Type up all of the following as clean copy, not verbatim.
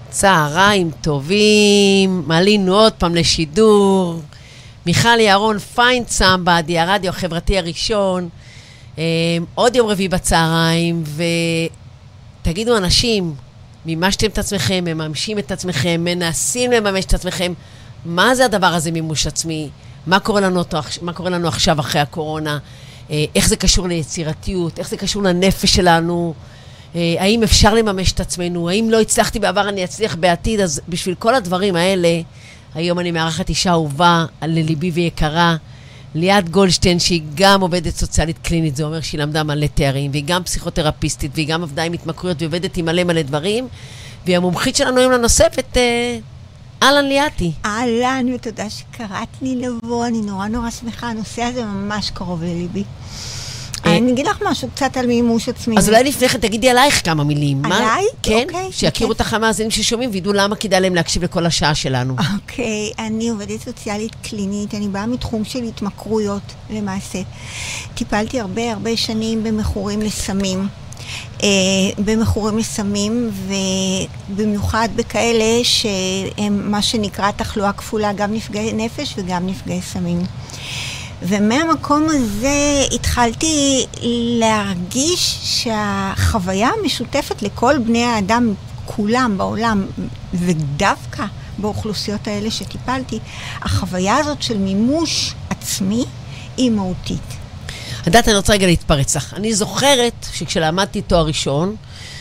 צהריים טובים, מעלינו עוד פעם לשידור. מיכל ירון פיינצמבדי, הרדיו החברתי הראשון, עוד יום רביעי בצהריים, ותגידו אנשים, מימשתם את עצמכם, מממשים את עצמכם, מנסים לממש את עצמכם, מה זה הדבר הזה מימוש עצמי? מה קורה לנו עכשיו אחרי הקורונה? איך זה קשור ליצירתיות? איך זה קשור לנפש שלנו? האם אפשר לממש את עצמנו? האם לא הצלחתי בעבר, אני אצליח בעתיד? אז בשביל כל הדברים האלה, היום אני מארחת אישה אהובה לליבי ויקרה, ליאת גולדשטיין, שהיא גם עובדת סוציאלית קלינית, זה אומר שהיא למדה מלא תארים, והיא גם פסיכותרפיסטית, והיא גם עבדה עם התמכרויות, ועובדת עם מלא דברים, והיא המומחית שלנו היום לנוספת, אהלן ליאתי. אהלן, ותודה שקראת לי לבוא, אני נורא שמחה, הנושא הזה ממש קרוב לליבי. אני אגיד לך משהו קצת על מימוש עצמי. אז אולי לפני כן תגידי עלייך כמה מילים. עליי? כן, שיכירו אותך המאזינים ששומעים וידעו למה כדאי להם להקשיב לכל השעה שלנו. אוקיי, אני עובדת סוציאלית קלינית, אני באה מתחום של התמכרויות למעשה. טיפלתי הרבה שנים במכורים לסמים, ובמיוחד בכאלה שהם מה שנקרא תחלואה כפולה, גם נפגעי נפש וגם נפגעי סמים. ומהמקום הזה התחלתי להרגיש שהחוויה המשותפת לכל בני האדם כולם בעולם, ודווקא באוכלוסיות האלה שטיפלתי, החוויה הזאת של מימוש עצמי היא מהותית. יודעת, אני רוצה רגע להתפרץ לך. אני זוכרת שכשלמדתי תואר ראשון,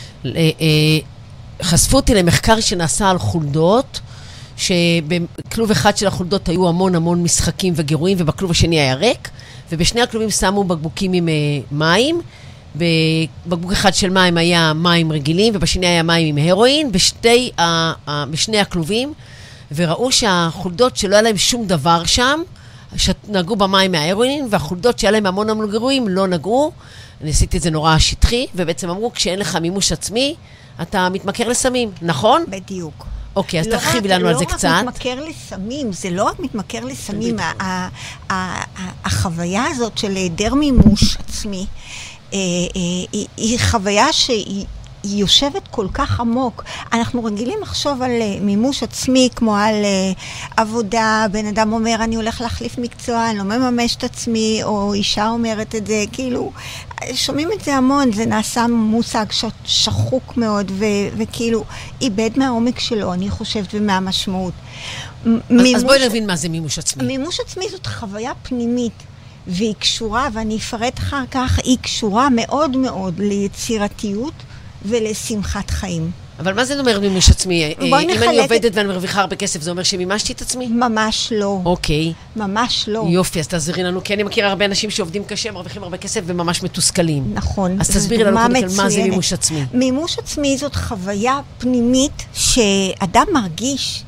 חשפו אותי למחקר שנעשה על חולדות, שבכלוב אחד של החולדות היו המון משחקים וגירויים, ובכלוב השני היה ריק, ובשני הכלובים שמו בקבוקים עם מים, בבקבוק אחד של מים היה מים רגילים, ובשני היה מים עם הרואין, בשני הכלובים, וראו שהחולדות שלא היה להם שום דבר שם, שנגעו במים מההרואין, והחולדות שהיה להם המון גירויים לא נגעו. אני עשיתי את זה נורא שטחי, ובעצם אמרו, כשאין לך מימוש עצמי, אתה מתמכר לסמים, נכון? בדיוק. אוקיי, אז תרחיבי לנו על זה קצת. לא רק מתמכר לסמים, זה לא רק מתמכר לסמים, החוויה הזאת של היעדר מימוש עצמי, היא חוויה שהיא יושבת כל כך עמוק. אנחנו רגילים לחשוב על מימוש עצמי כמו על עבודה, בן אדם אומר אני הולך להחליף מקצוע, אני לא מממש את עצמי, או אישה אומרת את זה, כאילו שומעים את זה המון, זה נעשה מושג שחוק מאוד וכאילו איבד מהעומק שלו, אני חושבת, ומהמשמעות. אז בואי נבין מה זה מימוש עצמי. מימוש עצמי זאת חוויה פנימית, והיא קשורה, ואני אפרט אחר כך, היא קשורה מאוד ליצירתיות ולשמחת חיים. אבל מה זה אומר מימוש עצמי? אם אני עובדת ואני מרוויחה הרבה כסף, זה אומר שמימשתי את עצמי? ממש לא. אוקיי. ממש לא. יופי, אז תסבירי לנו, כי אני מכירה הרבה אנשים שעובדים קשה, מרוויחים הרבה כסף וממש מתוסכלים. נכון. אז תסבירי לנו קודם כל מה זה מימוש עצמי. מימוש עצמי זאת חוויה פנימית שאדם מרגיש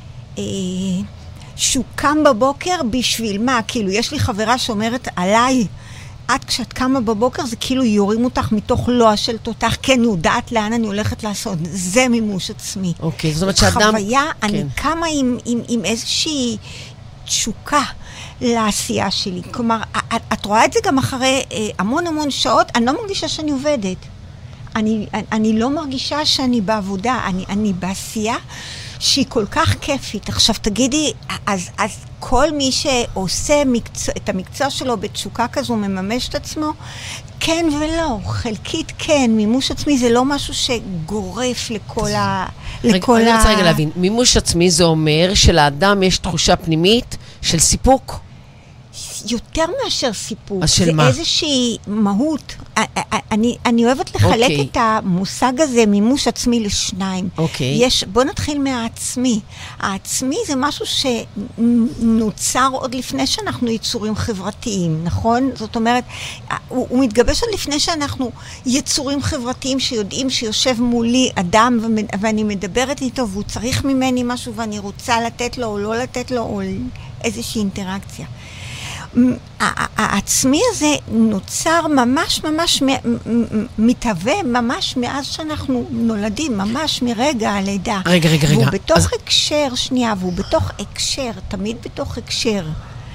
שהוא קם בבוקר בשביל מה? כאילו, יש לי חברה שאומרת עליי, את כשאת קמה בבוקר זה כאילו יורים אותך מתוך לוע של תותח, כן, יודעת לאן אני הולכת לעשות, זה מימוש עצמי. אוקיי, זאת אומרת שאדם... חוויה, אני קמה עם איזושהי תשוקה לעשייה שלי. כלומר, את רואה את זה גם אחרי המון שעות, אני לא מרגישה שאני עובדת. אני לא מרגישה שאני בעבודה, אני בעשייה שהיא כל כך כיפית. עכשיו תגידי, אז כל מי שעושה את המקצוע שלו בתשוקה כזו מממש את עצמו? כן ולא, חלקית כן. מימוש עצמי זה לא משהו שגורף לכל אני רוצה רגע להבין, מימוש עצמי זה אומר שלאדם יש תחושה פנימית של סיפוק? יותר מאשר סיפוק. אז של זה מה? איזושהי מהות. אני אוהבת לחלק את המושג הזה, מימוש עצמי, לשניים. בוא נתחיל מהעצמי. העצמי זה משהו שנוצר עוד לפני שאנחנו יצורים חברתיים, נכון? זאת אומרת, הוא מתגבש עוד לפני שאנחנו יצורים חברתיים שיודעים שיושב מולי אדם ואני מדברת איתו והוא צריך ממני משהו ואני רוצה לתת לו או לא לתת לו או איזושהי אינטראקציה. העצמי הזה נוצר ממש מתהווה ממש מאז שאנחנו נולדים, ממש מרגע הלידה. רגע. והוא בתוך הקשר, והוא בתוך הקשר, תמיד בתוך הקשר.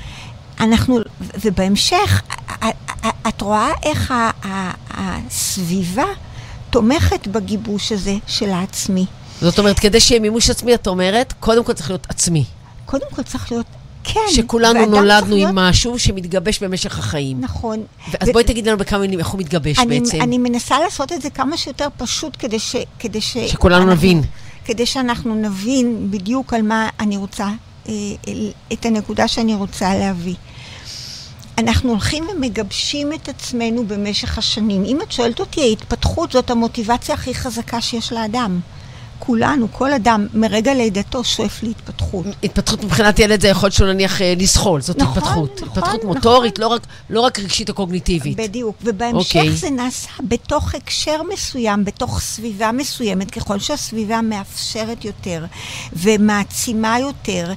ובהמשך, את רואה איך הסביבה תומכת בגיבוש הזה של העצמי. זאת אומרת, כדי שיהיה מימוש עצמי, את אומרת, קודם כל צריך להיות עצמי. קודם כל צריך להיות, כן. שכולנו נולדנו עם משהו שמתגבש במשך החיים. נכון. אז בואי תגיד לנו בכמה מילים איך הוא מתגבש בעצם. אני מנסה לעשות את זה כמה שיותר פשוט, כדי שכולנו נבין. כדי שאנחנו נבין בדיוק על מה אני רוצה, את הנקודה שאני רוצה להביא. אנחנו הולכים ומגבשים את עצמנו במשך השנים. אם את שואלת אותי, ההתפתחות זאת המוטיבציה הכי חזקה שיש לאדם. כולנו, כל אדם, מרגע לידתו שואף להתפתחות. התפתחות מבחינת ילד זה יכול שהוא נניח לסחול, זאת התפתחות. התפתחות מוטורית, לא רק רגשית או קוגניטיבית. בדיוק, ובהמשך זה נעשה בתוך הקשר מסוים, בתוך סביבה מסוימת, ככל שהסביבה מאפשרת יותר, ומעצימה יותר,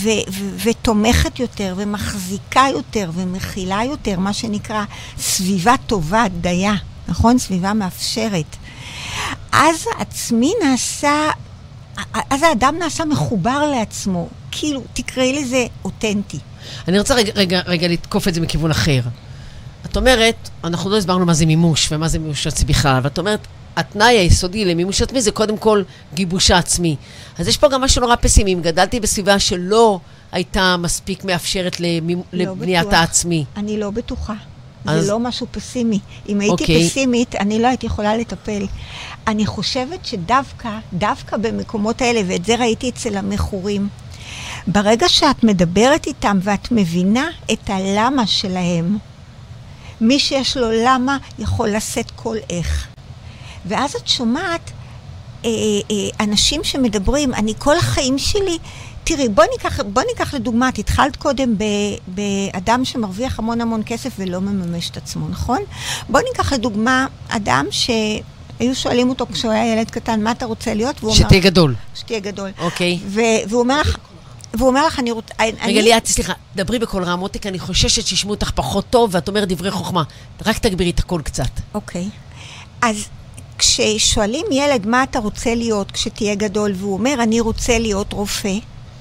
ותומכת יותר, ומחזיקה יותר, ומכילה יותר, מה שנקרא סביבה טובה, דייה, נכון? סביבה מאפשרת. אז העצמי נעשה, אז האדם נעשה מחובר לעצמו, כאילו, תקראי לזה אותנטי. אני רוצה רגע לתקוף את זה מכיוון אחר. את אומרת, אנחנו לא הסברנו מה זה מימוש, ומה זה מימוש עצמי בכלל, ואת אומרת, התנאי היסודי למימוש עצמי זה קודם כל גיבוש העצמי. אז יש פה גם משהו נורא פסימי. גדלתי בסביבה שלא הייתה מספיק מאפשרת לבניית העצמי. אני לא בטוחה. זה לא משהו פסימי. אם הייתי פסימית, אני לא הייתי יכולה לטפל. אני חושבת שדווקא במקומות האלה, ואת זה ראיתי אצל המכורים, ברגע שאת מדברת איתם ואת מבינה את הלמה שלהם, מי שיש לו למה יכול לשאת כל איך. ואז את שומעת אנשים שמדברים, אני כל החיים שלי, תראי, בוא ניקח לדוגמה, את התחלת קודם באדם שמרוויח המון כסף ולא מממש את עצמו, נכון? בוא ניקח לדוגמה אדם שהיו שואלים אותו כשהוא היה ילד קטן, מה אתה רוצה להיות? שתהיה גדול. שתהיה גדול. אוקיי. והוא אומר לך, אני רוצה... רגע, ליאת, סליחה, דברי בכל רם, מותק, אני חוששת שישמעו אותך פחות טוב, ואת אומרת דברי חוכמה. רק תגבירי את הכל קצת. אוקיי. אז כששואלים ילד, מה אתה רוצה להיות כשתהיה גדול, והוא אומר, אני רוצה להיות רופא,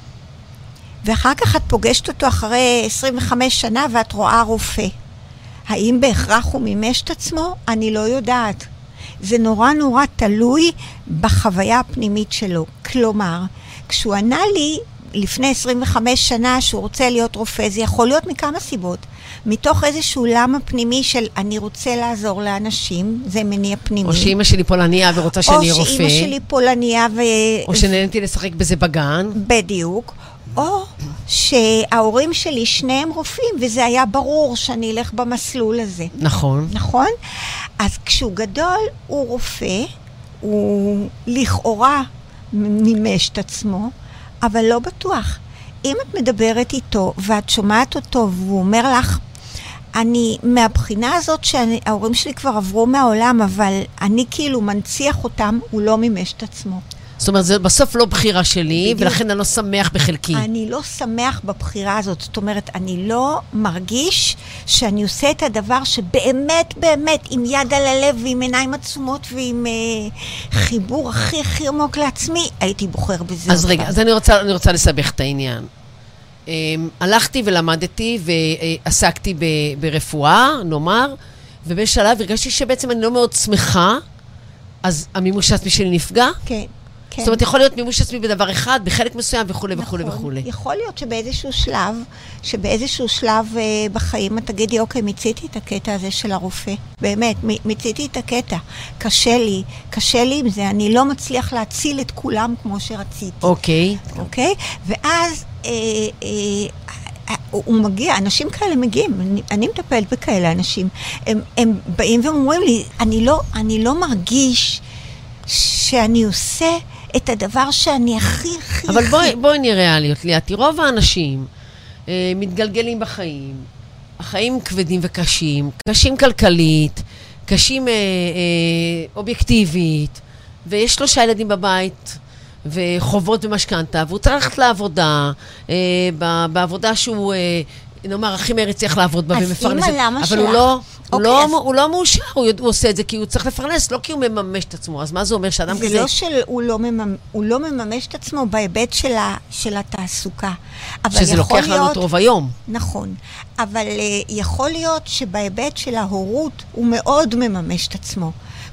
ואחר כך את פוגשת אותו אחרי 25 שנה ואת רואה רופא. האם בהכרח הוא מימש את עצמו? אני לא יודעת. זה נורא תלוי בחוויה הפנימית שלו. כלומר, כשהוא ענה לי לפני 25 שנה שהוא רוצה להיות רופא, זה יכול להיות מכמה סיבות. מתוך איזשהו למה פנימי של אני רוצה לעזור לאנשים, זה מניע פנימי. או שאמא שלי פולניה ורוצה שאני אהיה רופא. או שאמא שלי פולניה או שנהנתי לשחק בזה בגן. בדיוק. או שההורים שלי שניהם רופאים, וזה היה ברור שאני אלך במסלול הזה. נכון. נכון? אז כשהוא גדול, הוא רופא, הוא לכאורה מימש את עצמו, אבל לא בטוח. אם את מדברת איתו, ואת שומעת אותו, והוא אומר לך, אני, מהבחינה הזאת שההורים שלי כבר עברו מהעולם, אבל אני כאילו מנציח אותם, הוא לא מימש את עצמו. זאת אומרת, זה בסוף לא בחירה שלי, בדיוק. ולכן אני לא שמח בחלקי. אני לא שמח בבחירה הזאת. זאת אומרת, אני לא מרגיש שאני עושה את הדבר שבאמת, עם יד על הלב, ועם עיניים עצומות, ועם חיבור הכי עמוק לעצמי, הייתי בוחר בזה. אז רגע, אז אני רוצה לסבך את העניין. הלכתי ולמדתי, ועסקתי ברפואה, נאמר, ובשלב הרגשתי שבעצם אני לא מאוד שמחה, אז המימוש העצמי שלי נפגע? כן. זאת אומרת, יכול להיות מימוש עצמי בדבר אחד, בחלק מסוים וכו' וכו' וכו'. יכול להיות שבאיזשהו שלב בחיים את תגידי, אוקיי, מיציתי את הקטע הזה של הרופא. באמת, מיציתי את הקטע. קשה לי עם זה, אני לא מצליח להציל את כולם כמו שרציתי. אוקיי. אוקיי? ואז הוא מגיע, אנשים כאלה מגיעים, אני מטפלת בכאלה אנשים, הם באים ואומרים לי, אני לא מרגיש שאני עושה את הדבר שאני הכי... אבל בואי נראה ריאליות, ליאת, רוב האנשים מתגלגלים בחיים, החיים כבדים וקשים, קשים כלכלית, קשים אובייקטיבית, ויש 3 ילדים בבית, וחובות ומשכנתה, והוא צריך ללכת לעבודה, בעבודה שהוא, נאמר, הכי מהר יצליח לעבוד בה ומפרנס. אבל הוא לא מאושר, הוא עושה את זה כי הוא צריך לפרנס, לא כי הוא מממש את עצמו. אז מה זה אומר שאדם כזה... זה לא שהוא לא מממש את עצמו בהיבט של התעסוקה. שזה לוקח לנו את רוב היום. נכון. אבל יכול להיות שבהיבט של ההורות הוא מאוד מממש את עצמו.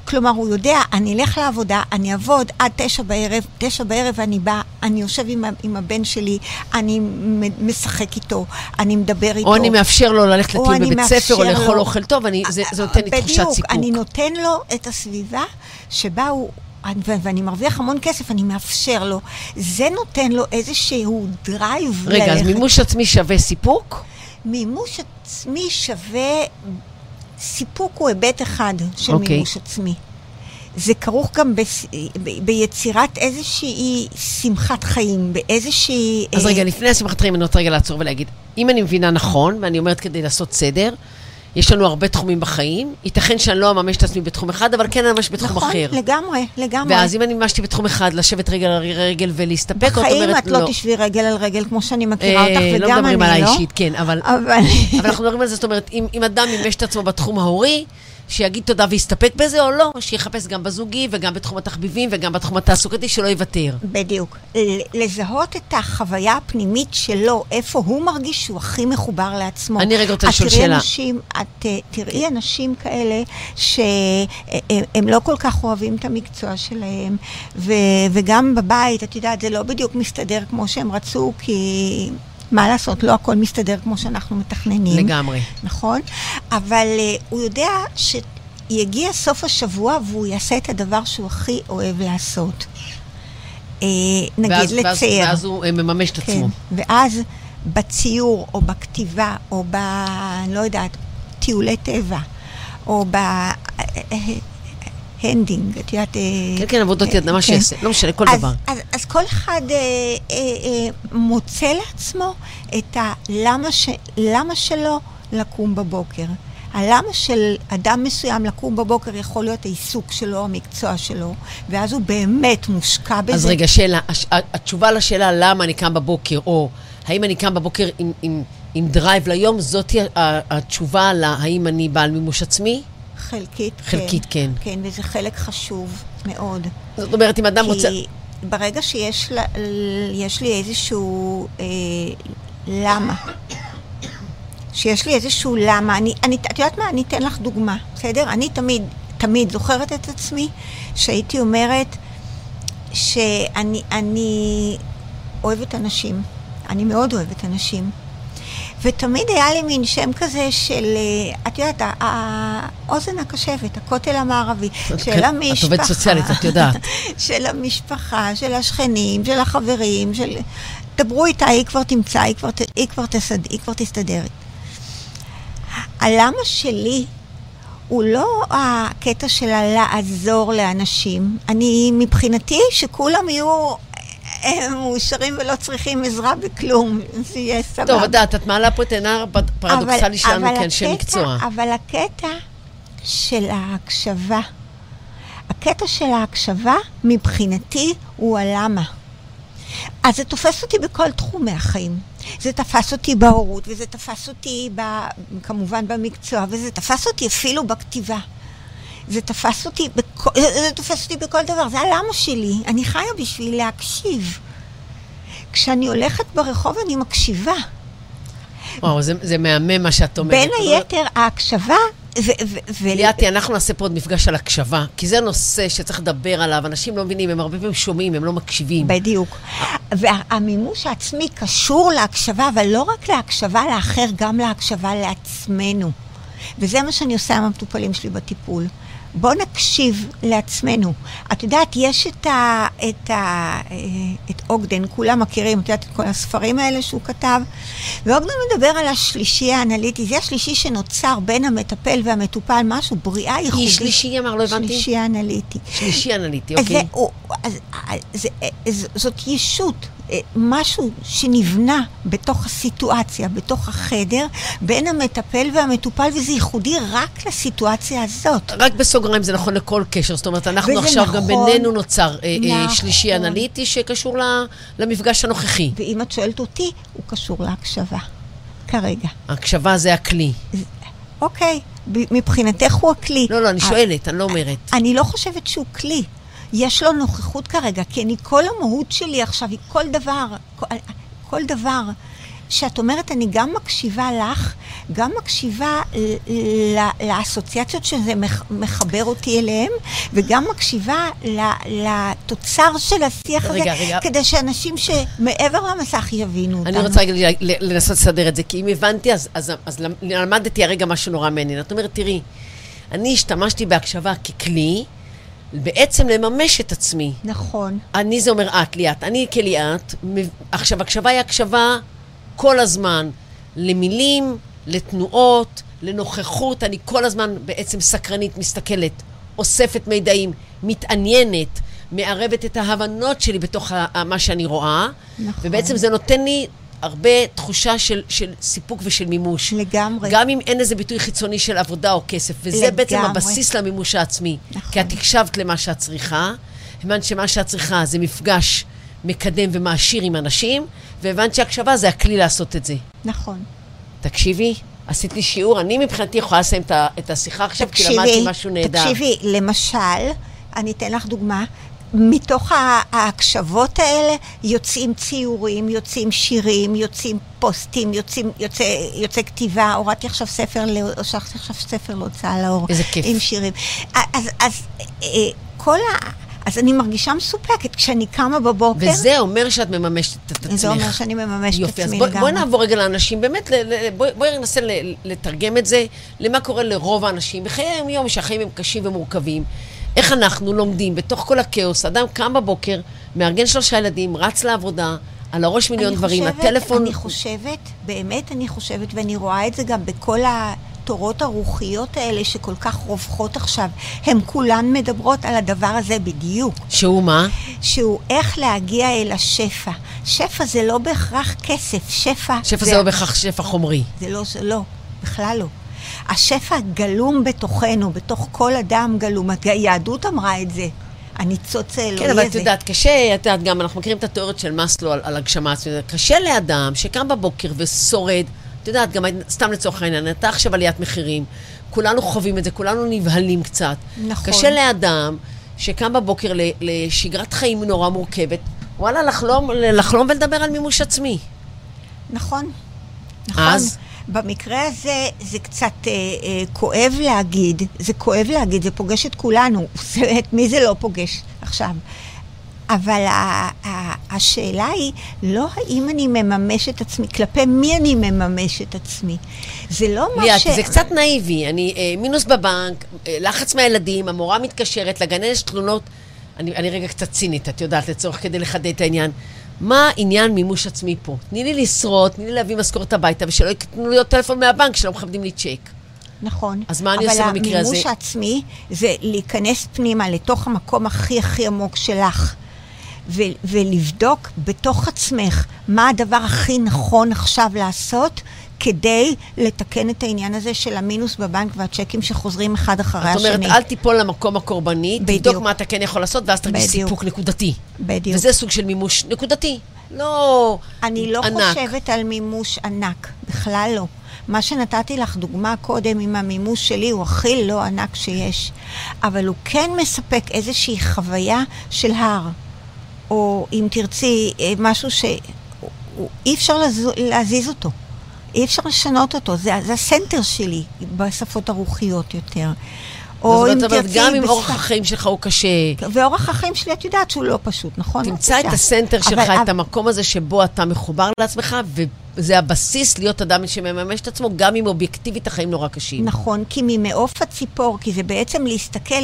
כלומר, הוא יודע, אני אלך לעבודה, אני אעבוד עד 9 בערב אני בא, אני יושב עם הבן שלי, אני משחק איתו, אני מדבר איתו. או אני מאפשר לו ללכת לטיול בבית ספר, או לאכול אוכל טוב, זה נותן לי תחושת סיפוק. בדיוק, אני נותן לו את הסביבה שבה הוא, ואני מרוויח המון כסף, אני מאפשר לו. זה נותן לו איזשהו דרייב. רגע, אז מימוש עצמי שווה סיפוק? מימוש עצמי שווה... סיפוק הוא היבט אחד של מימוש עצמי. זה כרוך גם ביצירת איזושהי שמחת חיים, באיזושהי... אז רגע, לפני השמחת חיים, אני רוצה רגע לעצור ולהגיד, אם אני מבינה נכון, ואני אומרת כדי לעשות סדר, יש לנו הרבה תחומים בחיים, ייתכן שאני לא אממש את עצמי בתחום אחד, אבל כן אני ממש בתחום אחר. נכון, לגמרי. ואז אם אני ממשתי בתחום אחד, לשבת רגל על רגל ולהסתפק, בחיים את לא תשבי רגל על רגל, כמו שאני מכירה אותך, וגם אני לא. לא מדברים על האישית, כן, אבל אנחנו מדברים על זה, זאת אומרת, אם אדם ימש את עצמו בתחום ההורי, שיגיד תודה ויסתפק בזה או לא, שיחפש גם בזוגי וגם בתחום התחביבים וגם בתחום התעסוקתי שלא יוותר. בדיוק. לזהות את החוויה הפנימית שלו, איפה הוא מרגיש שהוא הכי מחובר לעצמו. אני רגע רוצה לשאול שאלה. תראי אנשים כאלה שהם לא כל כך אוהבים את המקצוע שלהם, וגם בבית, את יודעת, זה לא בדיוק מסתדר כמו שהם רצו, כי... מה לעשות? לא הכל מסתדר כמו שאנחנו מתכננים. לגמרי. נכון? אבל הוא יודע שיגיע סוף השבוע והוא יעשה את הדבר שהוא הכי אוהב לעשות. נגיד לצייר. ואז הוא מממש את עצמו. כן. ואז בציור או בכתיבה או לא יודעת, טיולי טבע או הנדינג, את יודעת... כן, עבודות יד, מה שיעשה, לא משנה, כל דבר. אז כל אחד מוצא לעצמו את למה שלו לקום בבוקר. הלמה של אדם מסוים לקום בבוקר יכול להיות העיסוק שלו, המקצוע שלו, ואז הוא באמת מושקע בזה. אז רגע, שאלה, התשובה לשאלה למה אני קם בבוקר, או האם אני קם בבוקר עם דרייב ליום, זאת התשובה להאם אני בעל מימוש עצמי? חלקית, כן. כן, וזה חלק חשוב מאוד. זאת אומרת, אם אדם רוצה... כי ברגע שיש לי איזשהו למה, שיש לי איזשהו למה, את יודעת מה? אני אתן לך דוגמה, בסדר? אני תמיד זוכרת את עצמי שהייתי אומרת שאני אוהבת אנשים. אני מאוד אוהבת אנשים. ותמיד היה לי מין שם כזה של, את יודעת, האוזן הקשבת, הכותל המערבי, של המשפחה. את עובדת סוציאלית, את יודעת. של המשפחה, של השכנים, של החברים, דברו איתה, היא כבר תמצא, היא כבר תסתדר. הלמה שלי הוא לא הקטע של לעזור לאנשים. אני מבחינתי שכולם יהיו... הם מאושרים ולא צריכים עזרה בכלום, זה יהיה סבבה. טוב, את מעלה פה את העניין הפרדוקסלי שלנו כאנשי מקצוע. אבל הקטע של ההקשבה, מבחינתי הוא הלמה. אז זה תופס אותי בכל תחומי החיים. זה תפס אותי בהורות, וזה תפס אותי כמובן במקצוע, וזה תפס אותי אפילו בכתיבה. זה תפס אותי בכל דבר, זה הלמה שלי. אני חיה בשביל להקשיב. כשאני הולכת ברחוב אני מקשיבה. וואו, זה מהמם מה שאת אומרת. בין היתר, ההקשבה... ליאתי, אנחנו נעשה פה עוד מפגש על הקשבה, כי זה נושא שצריך לדבר עליו, אנשים לא מבינים, הם הרבה פעמים שומעים, הם לא מקשיבים. בדיוק. והמימוש העצמי קשור להקשבה, אבל לא רק להקשבה לאחר, גם להקשבה לעצמנו. וזה מה שאני עושה עם המטופלים שלי בטיפול. בוא נקשיב לעצמנו. את יודעת, יש את אוגדן, כולם מכירים, את יודעת, את כל הספרים האלה שהוא כתב, ואוגדן מדבר על השלישי האנליטי, זה השלישי שנוצר בין המטפל והמטופל, משהו, בריאה ייחודית. היא שלישי, אמר, לא הבנתי. שלישי האנליטי. שלישי האנליטי, אוקיי. זאת ישות, משהו שנבנה בתוך הסיטואציה, בתוך החדר, בין המטפל והמטופל, וזה ייחודי רק לסיטואציה הזאת. רק בסוגריים זה נכון לכל קשר, זאת אומרת, אנחנו עכשיו גם בינינו נוצר שלישי אנליטי שקשור למפגש הנוכחי. ואם את שואלת אותי, הוא קשור להקשבה, כרגע. ההקשבה זה הכלי. אוקיי, מבחינתך הוא הכלי. לא, אני שואלת, אני לא אומרת. אני לא חושבת שהוא כלי. יש לו נוכחות כרגע, כי כל המהות שלי עכשיו היא כל דבר שאת אומרת, אני גם מקשיבה לך, גם מקשיבה לאסוציאציות שזה מחבר אותי אליהם, וגם מקשיבה לתוצר של השיח הזה, כדי שאנשים שמעבר למסך יבינו אותנו. אני רוצה לנסות לסדר את זה, כי אם הבנתי, אז למדתי הרגע משהו נורא מעניין. את אומרת, תראי, אני השתמשתי בהקשבה ככלי, בעצם לממש את עצמי. נכון. אני זה אומר את, ליאת. אני כליאת, עכשיו, הקשבה היא הקשבה כל הזמן, למילים, לתנועות, לנוכחות. אני כל הזמן בעצם סקרנית, מסתכלת, אוספת מידעים, מתעניינת, מערבת את ההבנות שלי בתוך מה שאני רואה. נכון. ובעצם זה נותן לי הרבה תחושה של סיפוק ושל מימוש. לגמרי. גם אם אין איזה ביטוי חיצוני של עבודה או כסף. וזה לגמרי. בעצם הבסיס למימוש העצמי. נכון. כי את הקשבת למה שאת צריכה, הבנת שמה שאת צריכה זה מפגש מקדם ומעשיר עם אנשים, והבנת שהקשבה זה הכלי לעשות את זה. נכון. תקשיבי, עשית לי שיעור, אני מבחינתי יכולה לסיים את השיחה עכשיו, כי למדתי משהו נהדר. תקשיבי, למשל, אני אתן לך דוגמה, מתוך ההקשבות האלה יוצאים ציורים, יוצאים שירים, יוצאים פוסטים, יוצא כתיבה, הורדתי עכשיו ספר להוצאה לאור. איזה כיף. עם שירים. אז אני מרגישה מסופקת כשאני קמה בבוקר. וזה אומר שאת מממשת את עצמך. זה אומר שאני מממשת את עצמי לגמרי. בואי נעבור רגע לאנשים, באמת, בואי ננסה לתרגם את זה, למה קורה לרוב האנשים. בחיי היום שהחיים הם קשים ומורכבים. איך אנחנו לומדים בתוך כל הכאוס, אדם קם בבוקר, מארגן 3 ילדים, רץ לעבודה, על הראש מיליון דברים, הטלפון... אני חושבת, ואני רואה את זה גם בכל התורות הרוחיות האלה שכל כך רווחות עכשיו, הן כולן מדברות על הדבר הזה בדיוק. שהוא מה? שהוא איך להגיע אל השפע. שפע זה לא בהכרח כסף, שפע זה לא בהכרח שפע חומרי. זה לא, בכלל לא. השפע גלום בתוכנו, בתוך כל אדם גלום. היהדות אמרה את זה. הניצוץ האלוהי הזה. כן, אבל את יודעת, קשה, את יודעת, גם אנחנו מכירים את התיאוריות של מאסלו על הגשמה עצמית. קשה לאדם שקם בבוקר ושורד, את יודעת, גם סתם לצורך העניין, אתה עכשיו עליית מחירים, כולנו חווים את זה, כולנו נבהלים קצת. נכון. קשה לאדם שקם בבוקר לשגרת חיים נורא מורכבת, וואלה, לחלום ולדבר על מימוש עצמי. נכון. אז? במקרה הזה זה קצת כואב להגיד, זה פוגש את כולנו, את מי זה לא פוגש עכשיו. אבל השאלה היא לא האם אני מממש את עצמי, כלפי מי אני מממש את עצמי. זה לא מה ליאת, זה קצת נאיבי, אני מינוס בבנק, לחץ מהילדים, המורה מתקשרת, לגננת תלונות, אני רגע קצת צינית, את יודעת, לצורך כדי לחדד את העניין. מה עניין מימוש עצמי פה? תני לי לשרוד, תני לי להביא משכורת הביתה, ושלא יקנו לי עוד טלפון מהבנק, שלא מכבדים לי צ'ק. נכון. אז מה אני עושה במקרה הזה? אבל המימוש העצמי זה להיכנס פנימה לתוך המקום הכי הכי עמוק שלך, ולבדוק בתוך עצמך מה הדבר הכי נכון עכשיו לעשות, כדי לתקן את העניין הזה של המינוס בבנק והצ'קים שחוזרים אחד אחרי השני. זאת אומרת, אל תיפול למקום הקורבני, תבדוק מה אתה כן יכול לעשות, ואז תרגיש סיפוק נקודתי. בדיוק. וזה סוג של מימוש נקודתי, לא ענק. אני לא חושבת על מימוש ענק, בכלל לא. מה שנתתי לך דוגמה קודם עם המימוש שלי, הוא הכי לא ענק שיש. אבל הוא כן מספק איזושהי חוויה של הר. או אם תרצי, משהו שאי אפשר להזיז אותו. אי אפשר לשנות אותו, זה הסנטר שלי בשפות הרוחיות יותר. או אם תרצי... גם אם אורח החיים שלך הוא קשה. ואורח החיים שלי, את יודעת שהוא לא פשוט, נכון? תמצא את הסנטר שלך, את המקום הזה שבו אתה מחובר לעצמך, וזה הבסיס להיות אדם שמממש את עצמו, גם אם אובייקטיבית החיים נורא קשים. נכון, כי ממעוף הציפור, כי זה בעצם להסתכל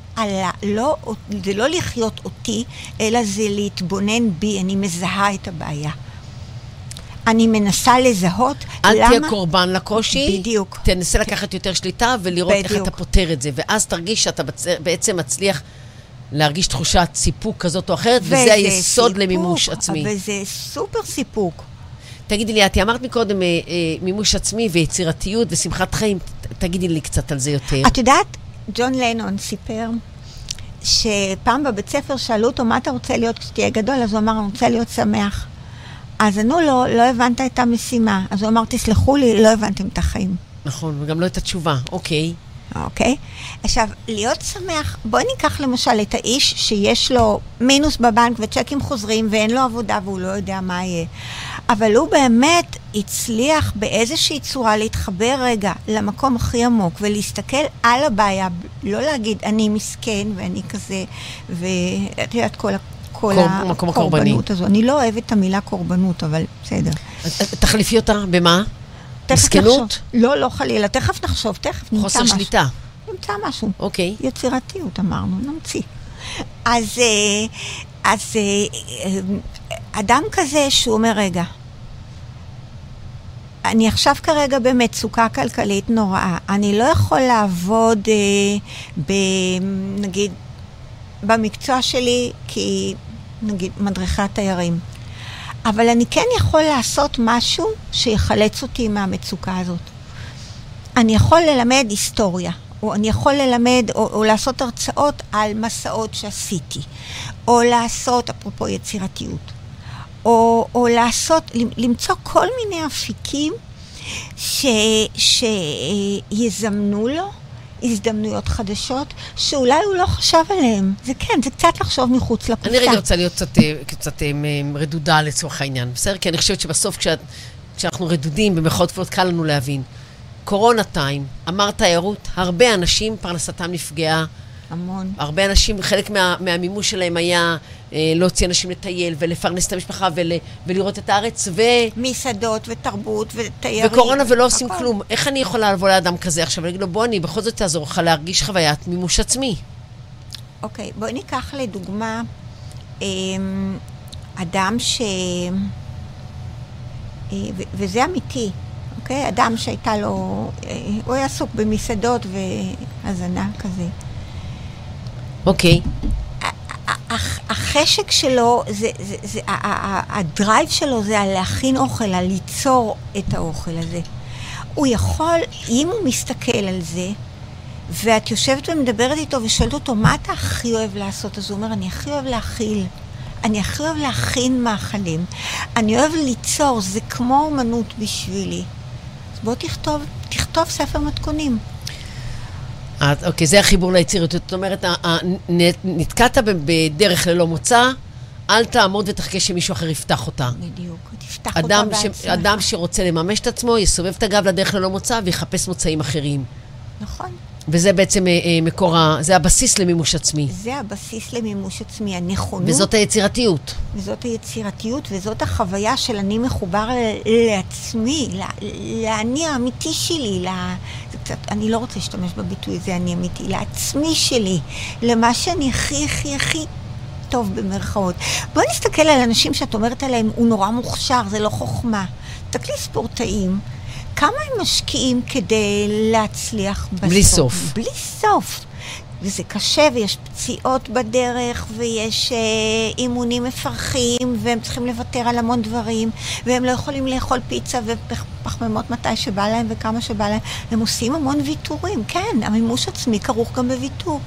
זה לא לחיות אותי, אלא זה להתבונן בי, אני מזהה את הבעיה. אני מנסה לזהות למה... אל תהיה קורבן לקושי. בדיוק. תנסה לקחת יותר שליטה ולראות איך אתה פותר את זה. ואז תרגיש שאתה בעצם מצליח להרגיש תחושת סיפוק כזאת או אחרת, וזה היסוד למימוש עצמי. וזה סופר סיפוק. תגידי לי, את אמרת מקודם מימוש עצמי ויצירתיות ושמחת חיים. תגידי לי קצת על זה יותר. את יודעת, ג'ון לנון סיפר שפעם בבית ספר שאלו אותו, מה אתה רוצה להיות כשתהיה גדול? אז הוא אמר, אני רוצה להיות שמח. אז ענו לו, לא הבנת את המשימה. אז הוא אמר, תסלחו לי, לא הבנתם את החיים. נכון, וגם לא את התשובה, אוקיי. אוקיי? עכשיו, להיות שמח, בואי ניקח למשל את האיש שיש לו מינוס בבנק וצ'קים חוזרים ואין לו עבודה והוא לא יודע מה יהיה. אבל הוא באמת הצליח באיזושהי צורה להתחבר רגע למקום הכי עמוק ולהסתכל על הבעיה, לא להגיד אני מסכן ואני כזה, ואת יודעת כל הקורבנות הזו. אני לא אוהבת את המילה קורבנות, אבל בסדר. תחליפי אותה במה? מסכנות? לא חלילה, תכף נחשוב, תכף נמצא משהו. חוסר שליטה. נמצא משהו. אוקיי. יצירתיות אמרנו, נמציא. אז אדם כזה שהוא אומר, רגע, אני עכשיו כרגע במצוקה כלכלית נוראה, אני לא יכול לעבוד נגיד במקצוע שלי כי נגיד מדריכת תיירים. אבל אני כן יכול לעשות משהו שיחלץ אותי מהמצוקה הזאת. אני יכול ללמד היסטוריה, או אני יכול ללמד, או לעשות הרצאות על מסעות שעשיתי, או לעשות, אפרופו יצירתיות, או לעשות, למצוא כל מיני אפיקים שיזמנו לו הזדמנויות חדשות, שאולי הוא לא חשב עליהם. זה כן, זה קצת לחשוב מחוץ לקופסה. אני רגע רוצה להיות קצת רדודה לצורך העניין. בסדר? כי אני חושבת שבסוף כשאנחנו רדודים, במחאות כפולות קל לנו להבין. קורונה טיים, אמר תיירות, הרבה אנשים פרנסתם נפגעה. המון. הרבה אנשים, חלק מהמימוש שלהם היה להוציא אנשים לטייל ולפרנס את המשפחה ולראות את הארץ מסעדות ותרבות ותיירים. וקורונה ולא עושים כלום. איך אני יכולה לבוא לאדם כזה עכשיו ולהגיד לו, בוא אני בכל זאת תעזור לך להרגיש חוויית מימוש עצמי? אוקיי, בואי ניקח לדוגמה אדם וזה אמיתי, אוקיי? אדם שהייתה לו, הוא היה עסוק במסעדות והזנה כזה. אוקיי. החשק שלו, הדרייב שלו זה על להכין אוכל, על ליצור את האוכל הזה. הוא יכול, אם הוא מסתכל על זה, ואת יושבת ומדברת איתו ושואלת אותו, מה אתה הכי אוהב לעשות? אז הוא אומר, אני הכי אוהב להכיל. אני הכי אוהב להכין מאכלים. אני אוהב ליצור, זה כמו אומנות בשבילי. אז בוא תכתוב ספר מתכונים. אוקיי, זה החיבור ליצירתיות. זאת אומרת, נתקעת בדרך ללא מוצא, אל תעמוד ותחכה שמישהו אחר יפתח אותה. בדיוק, תפתח אותה בעצמך. אדם שרוצה לממש את עצמו, יסובב את הגב לדרך ללא מוצא ויחפש מוצאים אחרים. נכון. וזה בעצם זה הבסיס למימוש עצמי. זה הבסיס למימוש עצמי, הנכונות. וזאת היצירתיות. וזאת היצירתיות, וזאת החוויה של אני מחובר לעצמי, לאני האמיתי שלי, אני לא רוצה להשתמש בביטוי הזה, אני אמיתי, לעצמי שלי, למה שאני הכי טוב במרכאות. בואי נסתכל על אנשים שאת אומרת עליהם, הוא נורא מוכשר, זה לא חוכמה. תקלי ספורטאים, כמה הם משקיעים כדי להצליח בסוף? בלי סוף. בלי סוף. וזה קשה, ויש פציעות בדרך, ויש אימונים מפרכים, והם צריכים לוותר על המון דברים, והם לא יכולים לאכול פיצה ופחמימות מתי שבא להם וכמה שבא להם. הם עושים המון ויתורים, כן, המימוש עצמי כרוך גם בוויתור.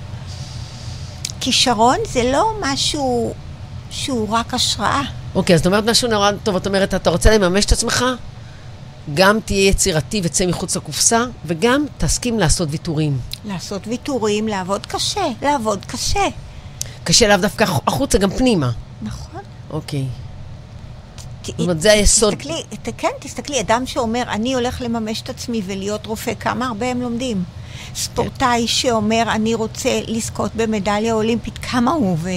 כישרון זה לא משהו שהוא רק השראה. אוקיי, אז את אומרת משהו נורא טוב, את אומרת, אתה רוצה לממש את עצמך? גם תהיה יצירתי וצא מחוץ לקופסה, וגם תסכים לעשות ויתורים. לעשות ויתורים, לעבוד קשה. קשה לאו דווקא החוצה, גם פנימה. נכון. אוקיי. זאת אומרת, זה היסוד. תסתכלי, אדם שאומר, אני הולך לממש את עצמי ולהיות רופא, כמה הרבה הם לומדים. ספורטאי שאומר, אני רוצה לזכות במדליה אולימפית, כמה הוא עובד?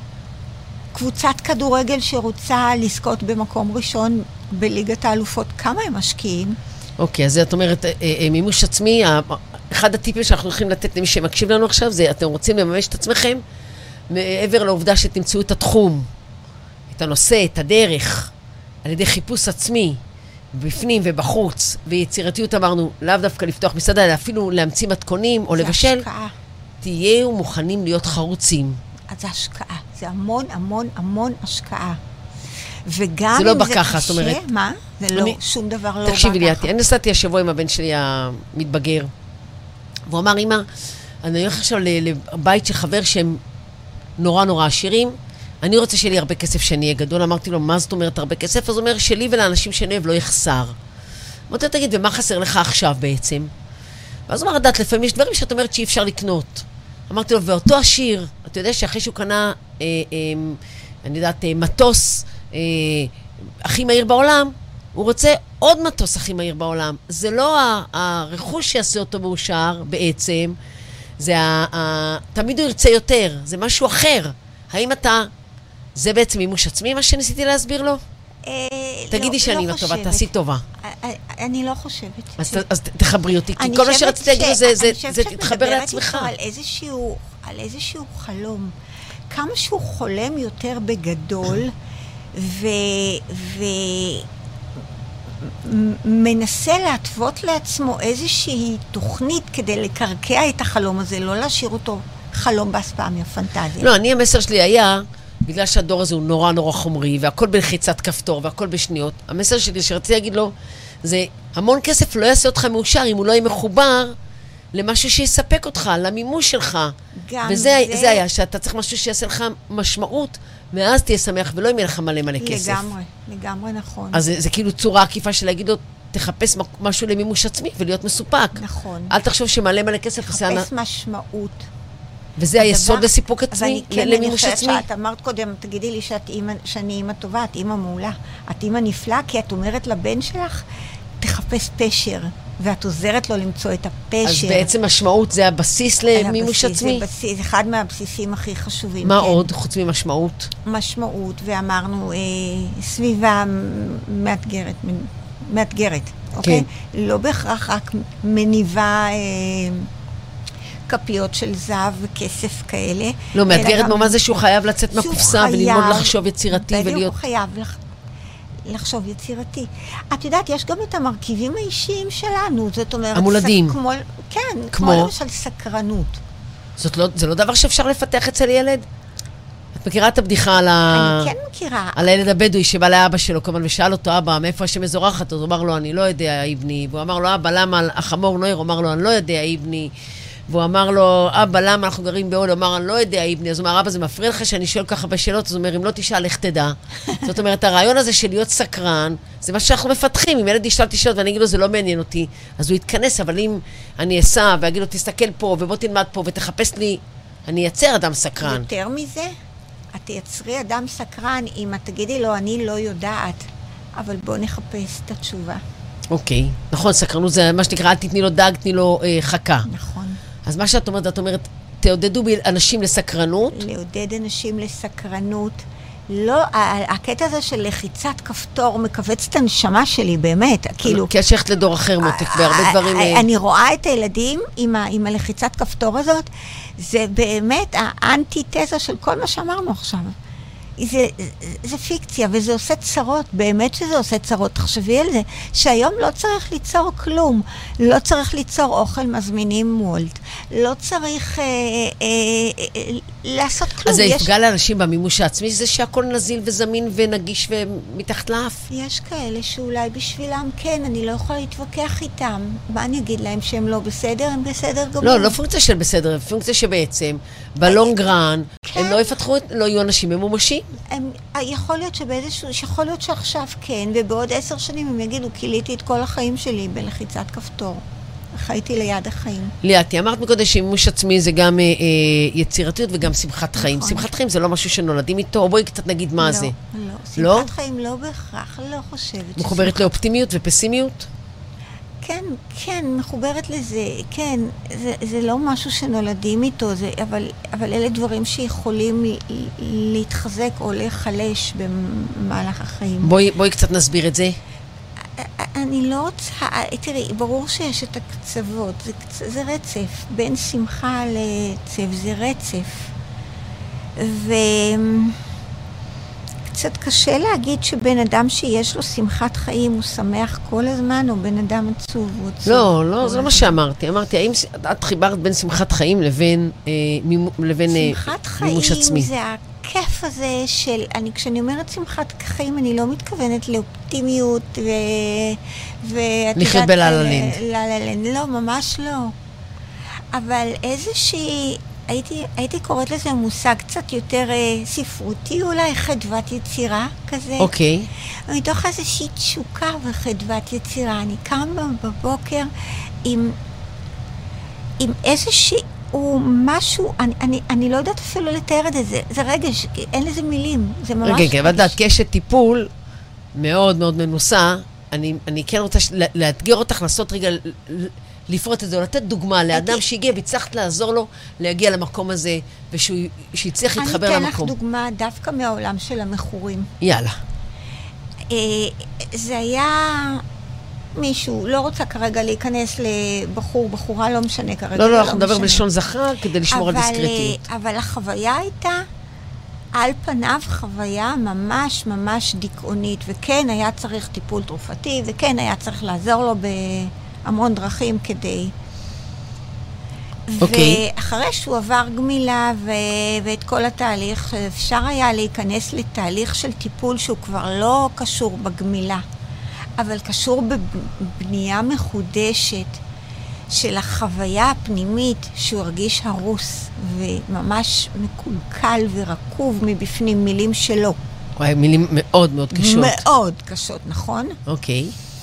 קבוצת כדורגל שרוצה לזכות במקום ראשון בליגת האלופות, כמה הם משקיעים? אוקיי, אז את אומרת, מימוש עצמי, אחד הטיפים שאנחנו הולכים לתת למי שמקשיב לנו עכשיו, זה אתם רוצים לממש את עצמכם, מעבר לעובדה שתמצאו את התחום, את הנושא, את הדרך, על ידי חיפוש עצמי, בפנים ובחוץ, ויצירתיות אמרנו, לאו דווקא לפתוח מסעדה, אלא אפילו להמציא מתכונים או לבשל, תהיו מוכנים להיות חרוצים. אז זה השקעה, זה המון השקעה. וגם זה לא בככה, זאת אומרת. מה? זה לא, שום דבר לא בככה. תקשיבי לי, אני נסעתי השבוע עם הבן שלי המתבגר, והוא אמר, אמא, אני הולך עכשיו לבית של חבר שהם נורא עשירים, אני רוצה שיהיה לי הרבה כסף שאני אהיה גדול. אמרתי לו, מה זאת אומרת הרבה כסף? אז הוא אומר, שלי ולאנשים שאני אוהב לא יחסר. אמרתי לו, תגיד, ומה חסר לך עכשיו בעצם? ואז הוא אמר, דעת, לפעמים יש דברים שאת אומרת שאי אפשר לקנות. אמרתי לו, ואותו השיר, אתה יודע שאחרי שהוא קנה, אני יודעת, מטוס הכי מהיר בעולם, הוא רוצה עוד מטוס הכי מהיר בעולם. זה לא הרכוש שיעשה אותו מאושר בעצם, זה תמיד הוא ירצה יותר, זה משהו אחר. האם אתה, זה בעצם מימוש עצמי, מה שניסיתי להסביר לו? תגידי שאני אימא טובה, תעשי טובה. אני לא חושבת. אז תחברי אותי, כי כל מה שרציתי להגיד זה תתחבר לעצמך. על איזשהו חלום. כמה שהוא חולם יותר בגדול, ומנסה להתוות לעצמו איזושהי תוכנית כדי לקרקע את החלום הזה, לא להשאיר אותו חלום באספמיה, פנטזיה. לא, המסר שלי היה, בגלל שהדור הזה הוא נורא נורא חומרי, והכל בלחיצת כפתור, והכל בשניות, המסר שלי שרציתי להגיד לו, זה המון כסף לא יעשה אותך מאושר, אם הוא לא יהיה מחובר למשהו שיספק אותך, למימוש שלך. וזה היה, שאתה צריך משהו שיעשה לך משמעות, ואז תהיה שמח, ולא יהיה לך מלא כסף. לגמרי נכון. אז זה כאילו צורה עקיפה של להגיד לו, תחפש משהו למימוש עצמי, ולהיות מסופק. נכון. אל תחשוב שמלא כסף עושה... תחפש משמעות. וזה היסוד לסיפוק עצמי, למימוש עצמי. את אמרת קודם, תגידי לי שאני אימא טובה, את אימא מעולה. את אימא נפלאה, כי את אומרת לבן שלך, תחפש פשר, ואת עוזרת לו למצוא את הפשר. אז בעצם משמעות זה הבסיס למימוש עצמי? זה אחד מהבסיסים הכי חשובים. מה עוד חוץ ממשמעות? משמעות, ואמרנו, סביבה מאתגרת, אוקיי? לא בהכרח רק מניבה כפיות של זהב וכסף כאלה. לא, מאתגרת מה זה שהוא חייב לצאת מהקופסה וללמוד לחשוב יצירתי ולהיות... הוא חייב לחשוב יצירתי. את יודעת, יש גם את המרכיבים האישיים שלנו, זאת אומרת... המולדים. כן, כמו למשל סקרנות. זה לא דבר שאפשר לפתח אצל ילד? את מכירה את הבדיחה על אני כן מכירה. על הילד הבדואי שבא לאבא שלו, כמובן, ושאל אותו, אבא, מאיפה השם מזורחת? הוא אמר לו, אני לא יודע, איבני. והוא אמר לו, אבא, למה החמור נויר? הוא אמר לו, אני לא יודע, איבני. והוא אמר לו, אבא, למה אנחנו גרים בהוד? הוא אמר, אני לא יודע, איבני. אז הוא אמר, אבא, זה מפריע לך שאני שואל ככה בשאלות? אז הוא אומר, אם לא תשאל, איך תדע? זאת אומרת, הרעיון הזה של להיות סקרן, זה מה שאנחנו מפתחים. אם ילד ישאל שאלות ואני אגיד לו, זה לא מעניין אותי, אז הוא יתכנס, אבל אם אני אסע ואגיד לו, תסתכל פה ובוא תלמד פה ותחפש לי, אני אייצר אדם סקרן. יותר מזה, את תייצרי אדם סקרן אם את תגידי לו, אני לא יודעת, אבל בוא נחפש את התשובה. אוקיי, נכון, סקרנות זה מה שנקרא, אל תתני לו דג, תני לו חכה. נכון. אז מה שאת אומרת, את אומרת, תעודדו אנשים לסקרנות? לעודד אנשים לסקרנות. לא, הקטע הזה של לחיצת כפתור מכווץ את הנשמה שלי, באמת, כאילו... כי את שייכת לדור אחר מותק, בהרבה דברים... אני רואה את הילדים עם הלחיצת כפתור הזאת, זה באמת האנטיתזה של כל מה שאמרנו עכשיו. זה פיקציה, וזה עושה צרות, באמת שזה עושה צרות. תחשבי על זה, שהיום לא צריך ליצור כלום, לא צריך ליצור אוכל מזמינים וולט, לא צריך לעשות כלום. אז זה יפגע לאנשים במימוש העצמי, זה שהכל נזיל וזמין ונגיש ומתחת לאף? יש כאלה שאולי בשבילם כן, אני לא יכולה להתווכח איתם. מה אני אגיד להם שהם לא בסדר? הם בסדר גמור. לא, לא פונקציה של בסדר, פונקציה שבעצם, בלונגרן, הם לא יפתחו, לא יהיו אנשים ממומשים. יכול להיות יכול להיות שעכשיו כן, ובעוד 10 שנים הם יגידו, קיליתי את כל החיים שלי בלחיצת כפתור. חייתי ליד החיים. ליאתי, אמרת מקודם שמימוש עצמי זה גם יצירתיות וגם שמחת חיים. נכון. שמחת חיים זה לא משהו שנולדים איתו, או בואי קצת נגיד מה זה. לא, שמחת חיים לא בהכרח, לא חושבת. מחוברת לאופטימיות ופסימיות? כן, מחוברת לזה, כן, זה לא משהו שנולדים איתו, אבל אלה דברים שיכולים להתחזק או להיחלש במהלך החיים. בואי קצת נסביר את זה. אני לא רוצה, תראי, ברור שיש את הקצוות, זה רצף, בין שמחה לעצב, זה רצף. קצת קשה להגיד שבן אדם שיש לו שמחת חיים הוא שמח כל הזמן, או בן אדם עצוב הוא עצוב. לא, זה לא מה שאמרתי. אמרתי, האם את חיברת בין שמחת חיים לבין מימוש עצמי? שמחת חיים זה הכיף הזה של, כשאני אומרת שמחת חיים, אני לא מתכוונת לאופטימיות לחיות בלללנד. לא, ממש לא. אבל איזושהי... הייתי קוראת לזה מושג קצת יותר ספרותי, אולי חדוות יצירה כזה. אוקיי. מתוך איזושהי תשוקה וחדוות יצירה. אני קמה בבוקר עם עם איזשהו משהו, אני לא יודעת אפילו לתאר את זה, זה רגש, אין לזה מילים, זה ממש רגש. רגע, ודעת, כאשת טיפול מאוד מאוד מנוסה, אני כן רוצה לאתגר אותך, לעשות רגע, לפרוט את זה, לתת דוגמה לאדם שהגיע והצלחת לעזור לו להגיע למקום הזה, ושיצליח להתחבר למקום. אני אתן לך דוגמה דווקא מהעולם של המכורים. יאללה. זה היה מישהו, לא רוצה כרגע להיכנס לבחור, בחורה, לא משנה כרגע. לא, אנחנו נדבר בלשון זכר כדי לשמור על דיסקרטיות. אבל החוויה הייתה, על פניו חוויה ממש ממש דיכאונית, וכן היה צריך טיפול תרופתי, וכן היה צריך לעזור לו בהמון דרכים כדי... ואחרי שהוא עבר גמילה ואת כל התהליך, אפשר היה להיכנס לתהליך של טיפול שהוא כבר לא קשור בגמילה, אבל קשור בבנייה מחודשת של החוויה הפנימית, שהוא הרגיש הרוס וממש מקולקל ורקוב מבפנים, מילים שלו. וואי, מילים מאוד מאוד קשות. מאוד קשות, נכון? אוקיי.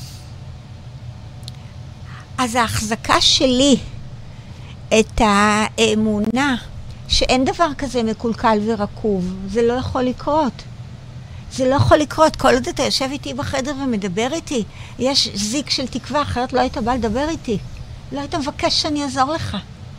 אז ההחזקה שלי את האמונה שאין דבר כזה מקולקל ורקוב, זה לא יכול לקרות. זה לא יכול לקרות. כל עוד אתה יושב איתי בחדר ומדבר איתי, יש זיק של תקווה, אחרת לא היית בא לדבר איתי. לא היית מבקש שאני אעזור לך.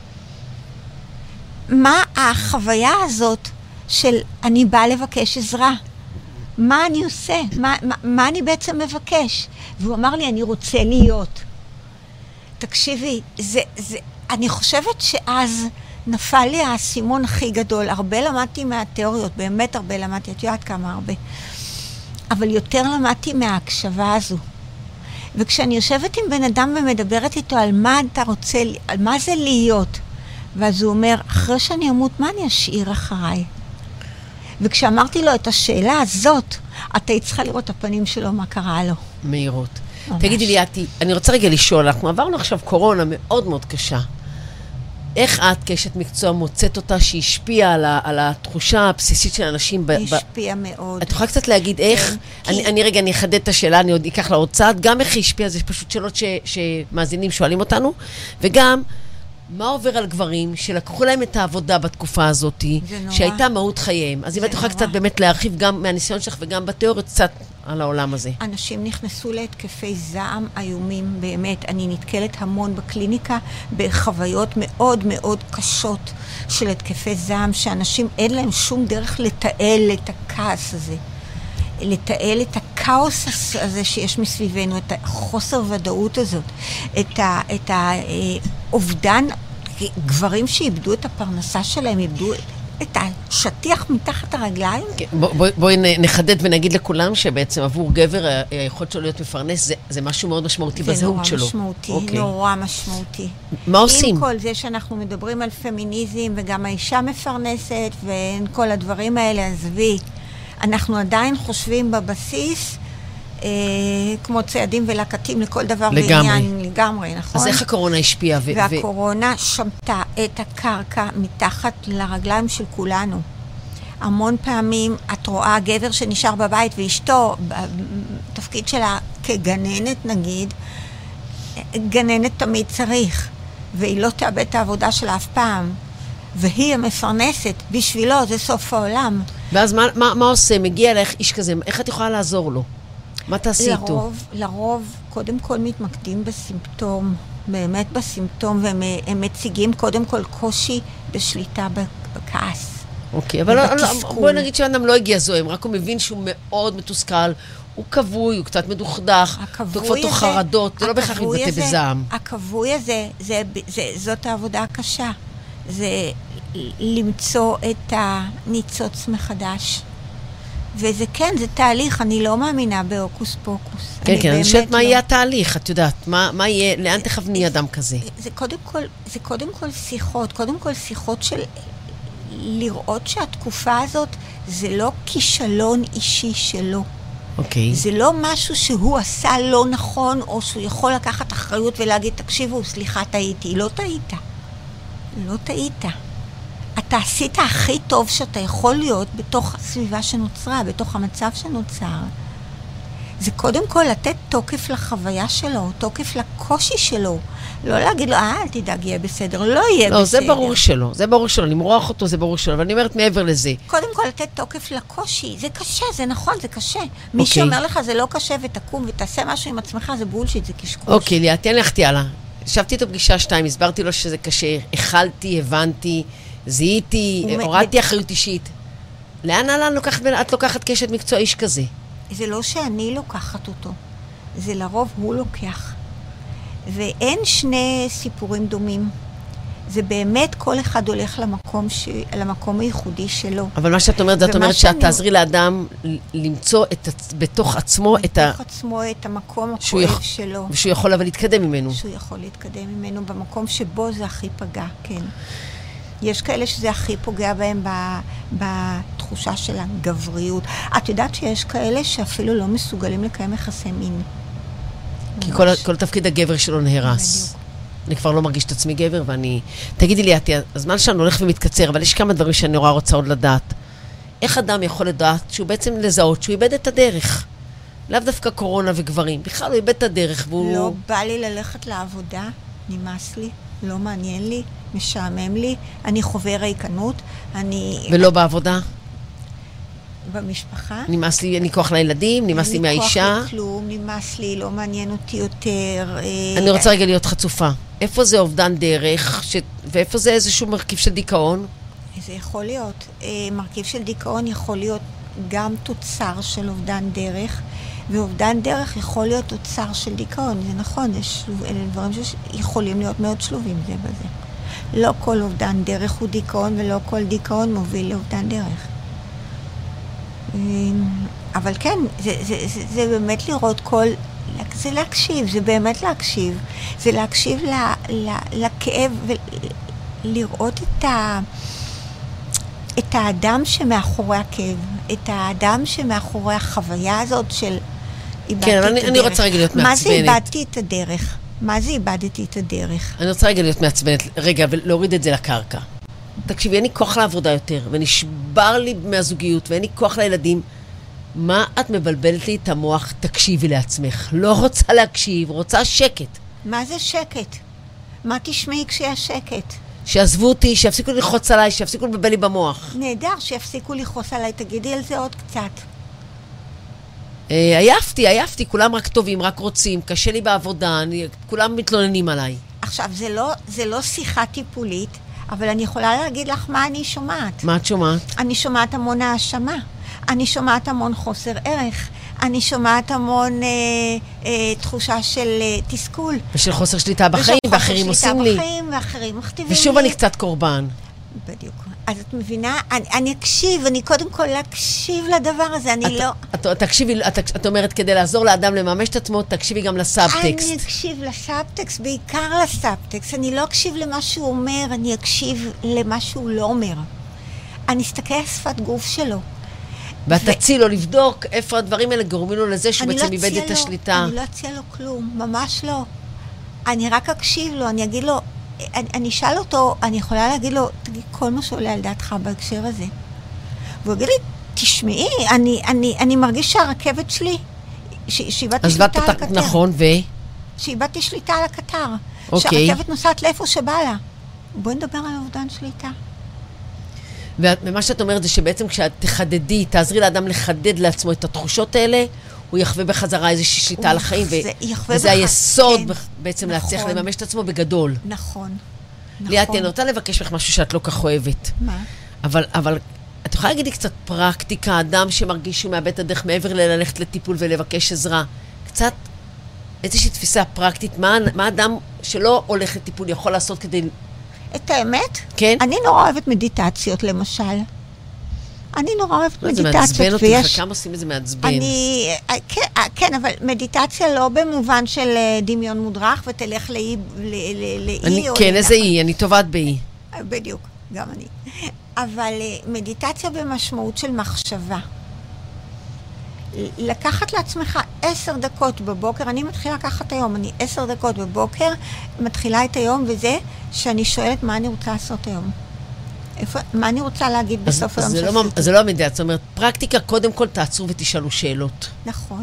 מה החוויה הזאת של אני באה לבקש עזרה? מה אני עושה? מה אני בעצם מבקש? והוא אמר לי, אני רוצה להיות. תקשיבי, אני חושבת שאז נפל לי הסימון הכי גדול. הרבה למדתי מהתיאוריות, באמת הרבה למדתי, את יודעת כמה הרבה. אבל יותר למדתי מההקשבה הזו. וכשאני יושבת עם בן אדם ומדברת איתו על מה אתה רוצה, על מה זה להיות, ואז הוא אומר, אחרי שאני אמות, מה אני אשאיר אחריי? וכשאמרתי לו את השאלה הזאת, אתה צריכה לראות את הפנים שלו, מה קרה לו. מהירות. תגידי לי, אני רוצה רגע לשאול, אנחנו עברנו עכשיו קורונה מאוד מאוד קשה. איך את כאשת מקצוע מוצאת אותה שהשפיעה על התחושה הבסיסית של אנשים? השפיעה מאוד. את יכולה קצת להגיד איך? אני אחדד את השאלה, אני עוד אקח לה עוד צעד. גם איך היא השפיעה, זה פשוט שאלות שמאזינים שואלים אותנו. וגם, מה עובר על גברים שלקחו להם את העבודה בתקופה הזאת, שהייתה מהות חייהם? אז אם את יכולה קצת באמת להרחיב גם מהניסיון שלך וגם בתיאוריות קצת על העולם הזה. אנשים נכנסו להתקפי זעם איומים, באמת. אני נתקלת המון בקליניקה בחוויות מאוד מאוד קשות של התקפי זעם, שאנשים אין להם שום דרך לתעל את הכעס הזה. לתעל את הכאוס הזה שיש מסביבנו, את החוסר ודאות הזאת, את האובדן, גברים שאיבדו את הפרנסה שלהם, איבדו את השטיח מתחת הרגליים. בואי נחדד ונגיד לכולם שבעצם עבור גבר היכולת שלו להיות מפרנס זה משהו מאוד משמעותי בזהות שלו. זה נורא משמעותי, נורא משמעותי. מה עושים? עם כל זה שאנחנו מדברים על פמיניזם וגם האישה מפרנסת וכל הדברים האלה, עזבי. אנחנו עדיין חושבים בבסיס, כמו צעדים ולקטים לכל דבר בעניין, לגמרי, נכון? אז איך הקורונה השפיעה? והקורונה שמטה את הקרקע מתחת לרגליים של כולנו. המון פעמים את רואה גבר שנשאר בבית ואשתו, בתפקיד שלה כגננת נגיד, גננת תמיד צריך, והיא לא תאבד את העבודה שלה אף פעם. והיא המפרנסת, בשבילו זה סוף העולם. ואז מה עושה? מגיע אליך איש כזה, איך את יכולה לעזור לו? מה תעשי איתו? לרוב, קודם כל מתמקדים בסימפטום, באמת בסימפטום, והם מציגים קודם כל קושי בשליטה בכעס. אוקיי, אבל בואי נגיד שאדם לא הגיע זוהם, רק הוא מבין שהוא מאוד מתוסכל, הוא כבוי, הוא קצת מדוכדך, תוקפות או חרדות, זה לא בהכרח מתבטא בזעם. הכבוי הזה, זאת העבודה הקשה. זה למצוא את הניצוץ מחדש. וזה כן, זה תהליך, אני לא מאמינה באוקוס פוקוס. כן, כן, אני חושבת מה יהיה התהליך, את יודעת, מה יהיה, לאן תכווני אדם כזה? זה קודם כל שיחות, שיחות של לראות שהתקופה הזאת זה לא כישלון אישי שלו. אוקיי. זה לא משהו שהוא עשה לא נכון, או שהוא יכול לקחת אחריות ולהגיד, תקשיבו, סליחה, טעיתי. לא טעית. לא טעית. אתה עשית הכי טוב שאתה יכול להיות בתוך הסביבה שנוצרה, בתוך המצב שנוצר. זה קודם כל לתת תוקף לחוויה שלו, תוקף לקושי שלו. לא להגיד לו, אל תדאג, יהיה בסדר, לא יהיה בסדר. לא, זה ברור שלו, זה ברור שלו, למרוח אותו, זה ברור שלו, אבל אני אומרת מעבר לזה. קודם כל לתת תוקף לקושי, זה קשה, זה נכון, זה קשה. מי שאומר לך, זה לא קשה ותקום ותעשה משהו עם עצמך, זה בולשיט, זה קשקוש. אוקיי, ליאת, תן הלכתי הלאה. ישבתי איתו פגישה 2, הסברתי לו שזה קשה, הכלתי, הבנתי, זיהיתי, הורדתי אחריות אישית. לאן את לוקחת קשת מקצוע איש כזה? זה לא שאני לוקחת אותו, זה לרוב הוא לוקח. ואין שני סיפורים דומים. זה באמת כל אחד הולך למקום הייחודי שלו. אבל מה שאת אומרת, זאת אומרת שאת תעזרי לאדם למצוא בתוך עצמו את המקום הכואב שלו. ושהוא יכול אבל להתקדם ממנו. שהוא יכול להתקדם ממנו במקום שבו זה הכי פגע, כן. יש כאלה שזה הכי פוגע בהם בתחושה של הגבריות. את יודעת שיש כאלה שאפילו לא מסוגלים לקיים יחסי מין. כי כל תפקיד הגבר שלו נהרס. בדיוק. אני כבר לא מרגיש את עצמי גבר, תגידי לי, הזמן שלנו הולך ומתקצר, אבל יש כמה דברים שאני נורא רוצה עוד לדעת. איך אדם יכול לדעת שהוא בעצם לזהות שהוא איבד את הדרך? לאו דווקא קורונה וגברים. בכלל הוא איבד את הדרך והוא... לא בא לי ללכת לעבודה, נמאס לי, לא מעניין לי, משעמם לי, אני חווה ריקנות, ולא בעבודה? במשפחה. נמאס לי, אין לי כוח לילדים, נמאס לי מהאישה. אין לי כוח לכלום, נמאס לי, לא מעניין אותי יותר. אני רוצה רגע להיות חצופה. איפה זה אובדן דרך, ואיפה זה איזשהו מרכיב של דיכאון? זה יכול להיות. מרכיב של דיכאון יכול להיות גם תוצר של אובדן דרך, ואובדן דרך יכול להיות תוצר של דיכאון. זה נכון, אלה דברים שיכולים להיות מאוד שלובים זה בזה. לא כל אובדן דרך הוא דיכאון, ולא כל דיכאון מוביל לאובדן דרך. אבל כן, זה באמת לראות זה להקשיב, זה באמת להקשיב. זה להקשיב לכאב ולראות את האדם שמאחורי הכאב, את האדם שמאחורי החוויה הזאת של איבדתי את הדרך. כן, אני רוצה רגע להיות מעצבנת. מה זה איבדתי את הדרך? מה זה איבדתי את הדרך? אני רוצה רגע להיות מעצבנת, רגע, ולהוריד את זה לקרקע. תקשיבי, אין לי כוח לעבודה יותר, ונשבר לי מהזוגיות, ואין לי כוח לילדים. מה את מבלבלת לי את המוח? תקשיבי לעצמך. לא רוצה להקשיב, רוצה שקט. מה זה שקט? מה תשמעי כשיש שקט? שיעזבו אותי, שיפסיקו ללחוץ עליי, שיפסיקו לבלבל לי במוח. נהדר, שיפסיקו ללחוץ עליי. תגידי על זה עוד קצת. עייפתי, כולם רק טובים, רק רוצים, קשה לי בעבודה, כולם מתלוננים עליי. עכשיו, זה לא שיחה טיפולית, אבל אני יכולה להגיד לך מה אני שומעת. מה את שומעת? אני שומעת המון האשמה. אני שומעת המון חוסר ערך. אני שומעת המון תחושה של תסכול. ושל חוסר שליטה בחיים, ואחרים עושים לי. ואחרים מכתיבים לי. ושוב אני קצת קורבן. בדיוק. אז את מבינה, אני אקשיב, אני קודם כל להקשיב לדבר הזה, אני לא... תקשיבי, את אומרת, כדי לעזור לאדם לממש את עצמו, תקשיבי גם לסאבטקסט. אני אקשיב לסאבטקסט, בעיקר לסאבטקסט. אני לא אקשיב למה שהוא אומר, אני אקשיב למה שהוא לא אומר. אני אסתכל על שפת גוף שלו. ואת תציע לו לבדוק איפה הדברים האלה גורמים לו לזה שהוא בעצם איבד את השליטה. אני לא אציע לו כלום, ממש לא. אני רק אקשיב לו, אני אגיד לו, אני אשאל אותו, אני יכולה להגיד לו, תגיד כל מה שעולה על דעתך בהקשר הזה. והוא יגיד לי, תשמעי, אני מרגיש שהרכבת שלי, שאיבדתי שליטה על הקטר. נכון, שאיבדתי שליטה על הקטר. אוקיי. שהרכבת נוסעת לאיפה שבא לה. בואי נדבר על אובדן שליטה. ומה שאת אומרת זה שבעצם כשאת תחדדי, תעזרי לאדם לחדד לעצמו את התחושות האלה, הוא יחווה בחזרה איזושהי שליטה על החיים, וזה היסוד בעצם להצליח לממש את עצמו בגדול. נכון. ליאת, אני רוצה לבקש לך משהו שאת לא כך אוהבת. מה? אבל את יכולה להגיד לי קצת פרקטיקה, אדם שמרגיש שהוא מאבד את הדרך מעבר ללכת לטיפול ולבקש עזרה. קצת איזושהי תפיסה פרקטית, מה אדם שלא הולך לטיפול יכול לעשות כדי... את האמת? כן. אני נורא אוהבת מדיטציות, למשל. אני נורא אוהבת מדיטציות. זה מעצבן אותי, כמה עושים את זה מעצבן. כן, אבל מדיטציה לא במובן של דמיון מודרך, ותלך לאי כן, איזה אי, אני טובעת באי. בדיוק, גם אני. אבל מדיטציה במשמעות של מחשבה. לקחת לעצמך 10 דקות בבוקר, אני מתחילה לקחת היום, אני 10 דקות בבוקר, מתחילה את היום, וזה שאני שואלת מה אני רוצה לעשות היום. מה אני רוצה להגיד בסוף היום שעשיתי. זה לא המדיעה, זאת אומרת, פרקטיקה, קודם כל תעצרו ותשאלו שאלות. נכון.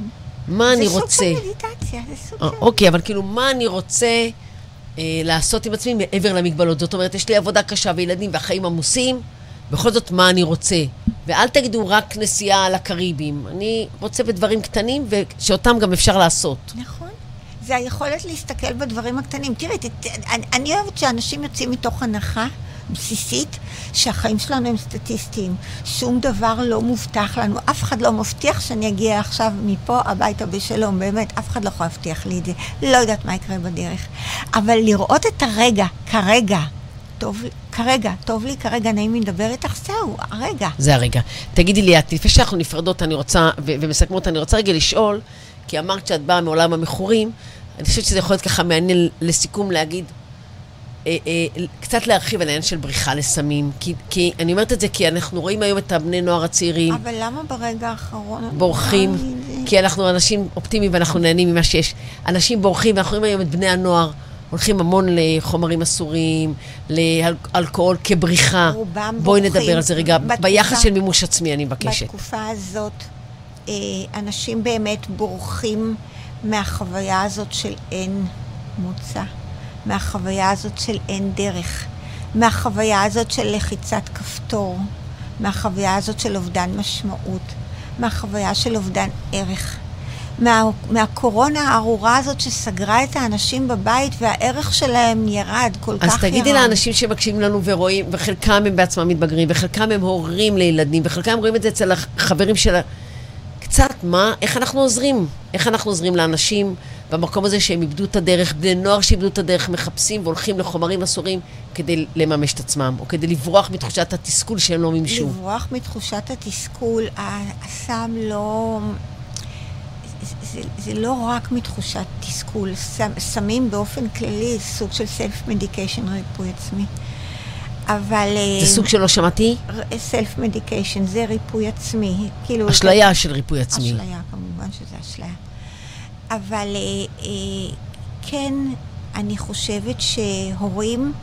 מה אני רוצה? זה סוג של מדיטציה, זה סוג של... אוקיי, אבל כאילו, מה אני רוצה לעשות עם עצמי מעבר למגבלות? זאת אומרת, יש לי עבודה קשה וילדים והחיים עמוסים, בכל זאת, מה אני רוצה? ואל תגידו רק נסיעה לקריבים. אני רוצה בדברים קטנים, ושאותם גם אפשר לעשות. נכון. זה היכולת להסתכל בדברים הקטנים. תראי, אני אוהבת שאנשים יוצאים מתוך הנחה בסיסית, שהחיים שלנו הם סטטיסטיים. שום דבר לא מובטח לנו. אף אחד לא מבטיח שאני אגיע עכשיו מפה הביתה בשלום. באמת, אף אחד לא יכול להבטיח לי את זה. לא יודעת מה יקרה בדרך. אבל לראות את הרגע, כרגע, טוב לי, כרגע נעים לדבר איתך, זהו, הרגע. זה הרגע. תגידי לי, לפני שאנחנו נפרדות, אני רוצה, ומסכמות, אני רוצה רגע לשאול, כי אמרת שאת באה מעולם המכורים, אני חושבת שזה יכול להיות ככה מעניין לסיכום להגיד, קצת להרחיב על העניין של בריחה לסמים, כי אני אומרת את זה כי אנחנו רואים היום את הבני נוער הצעירים. אבל למה ברגע האחרון? בורחים, כי אנחנו אנשים אופטימיים ואנחנו נהנים ממה שיש. אנשים בורחים, ואנחנו רואים היום את בני הנוער, הולכים המון לחומרים אסורים, לאלכוהול כבריחה. בואי נדבר על זה רגע. ביחס של מימוש עצמי, אני מבקשת. בתקופה הזאת, אנשים באמת בורחים מהחוויה הזאת של אין מוצא, מהחוויה הזאת של אין דרך, מהחוויה הזאת של לחיצת כפתור, מהחוויה הזאת של אובדן משמעות, מהחוויה של אובדן ערך. מהקורונה הארורה הזאת שסגרה את האנשים בבית והערך שלהם ירד, כל כך ירד. אז תגידי לאנשים שמקשיבים לנו ורואים, וחלקם הם בעצמם מתבגרים, וחלקם הם הורים לילדים, וחלקם רואים את זה אצל החברים של... קצת מה, איך אנחנו עוזרים? איך אנחנו עוזרים לאנשים במקום הזה שהם איבדו את הדרך, בני נוער שאיבדו את הדרך, מחפשים והולכים לחומרים אסורים כדי לממש את עצמם, או כדי לברוח מתחושת התסכול שהם לא ממשו. לברוח מתחושת התסכול, הסם לא... זה לא רק מתחושת תסכול, סמים באופן כללי, סוג של self-medication, ריפוי עצמי. אבל... זה סוג שלא שמעתי? self-medication, זה ריפוי עצמי. כאילו אשליה של ריפוי עצמי. אשליה, כמובן שזה אשליה. אבל כן, אני חושבת שהורים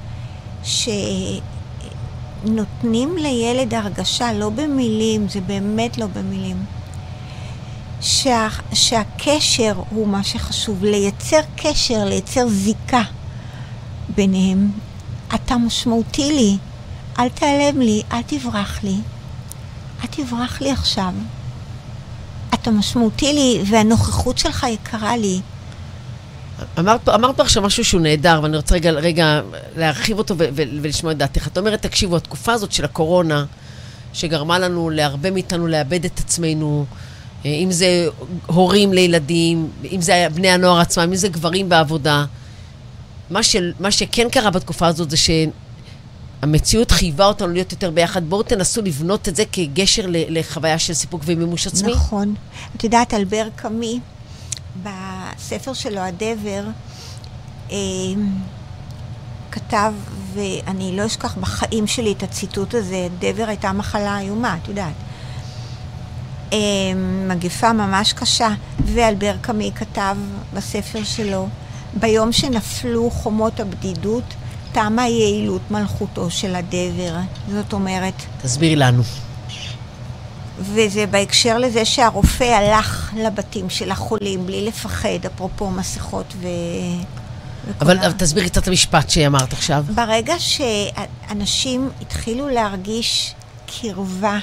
שנותנים לילד הרגשה, לא במילים, זה באמת לא במילים, שהקשר הוא מה שחשוב, לייצר קשר, לייצר זיקה ביניהם. אתה משמעותי לי, אל תיעלם לי, אל תברח לי. אל תברח לי עכשיו. אתה משמעותי לי, והנוכחות שלך יקרה לי. אמרת פה עכשיו משהו שהוא נהדר, ואני רוצה רגע להרחיב אותו ולשמוע את דעתך. את אומרת, תקשיבו, התקופה הזאת של הקורונה, שגרמה לנו, להרבה מאיתנו, לאבד את עצמנו, אם זה הורים לילדים, אם זה בני הנוער עצמם, אם זה גברים בעבודה. מה שכן קרה בתקופה הזאת זה שהמציאות חייבה אותנו להיות יותר ביחד. בואו תנסו לבנות את זה כגשר לחוויה של סיפוק ומימוש עצמי. נכון. את יודעת, אלבר קאמי, בספר שלו, הדבר, כתב, ואני לא אשכח בחיים שלי את הציטוט הזה, דבר הייתה מחלה איומה, את יודעת. מגפה ממש קשה, ואלבר קאמי כתב בספר שלו, ביום שנפלו חומות הבדידות, תמה יעילות מלכותו של הדבר. זאת אומרת... תסבירי לנו. וזה בהקשר לזה שהרופא הלך לבתים של החולים בלי לפחד, אפרופו מסכות אבל תסבירי קצת המשפט שאמרת עכשיו. ברגע שאנשים התחילו להרגיש קרבה,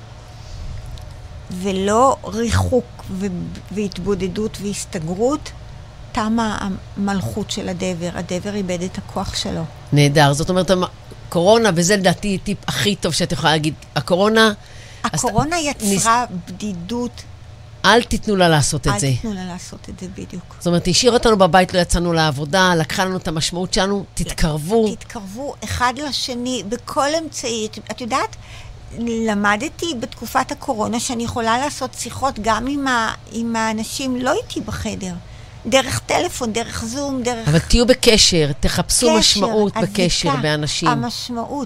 ולא ריחוק והתבודדות והסתגרות, תמה המלכות של הדבר. הדבר איבד את הכוח שלו. נהדר. זאת אומרת, קורונה, וזה לדעתי טיפ הכי טוב שאת יכולה להגיד, הקורונה יצרה בדידות. אל תיתנו לה לעשות את זה. אל תיתנו לה לעשות את זה, בדיוק. זאת אומרת, השאיר אותנו בבית, לא יצאנו לעבודה, לקחה לנו את המשמעות שלנו, תתקרבו. תתקרבו אחד לשני, בכל אמצעי. את יודעת, למדתי בתקופת הקורונה שאני יכולה לעשות שיחות גם עם האנשים לא איתי בחדר. דרך טלפון, דרך זום, דרך... אבל תהיו בקשר, תחפשו משמעות בקשר באנשים. המשמעות,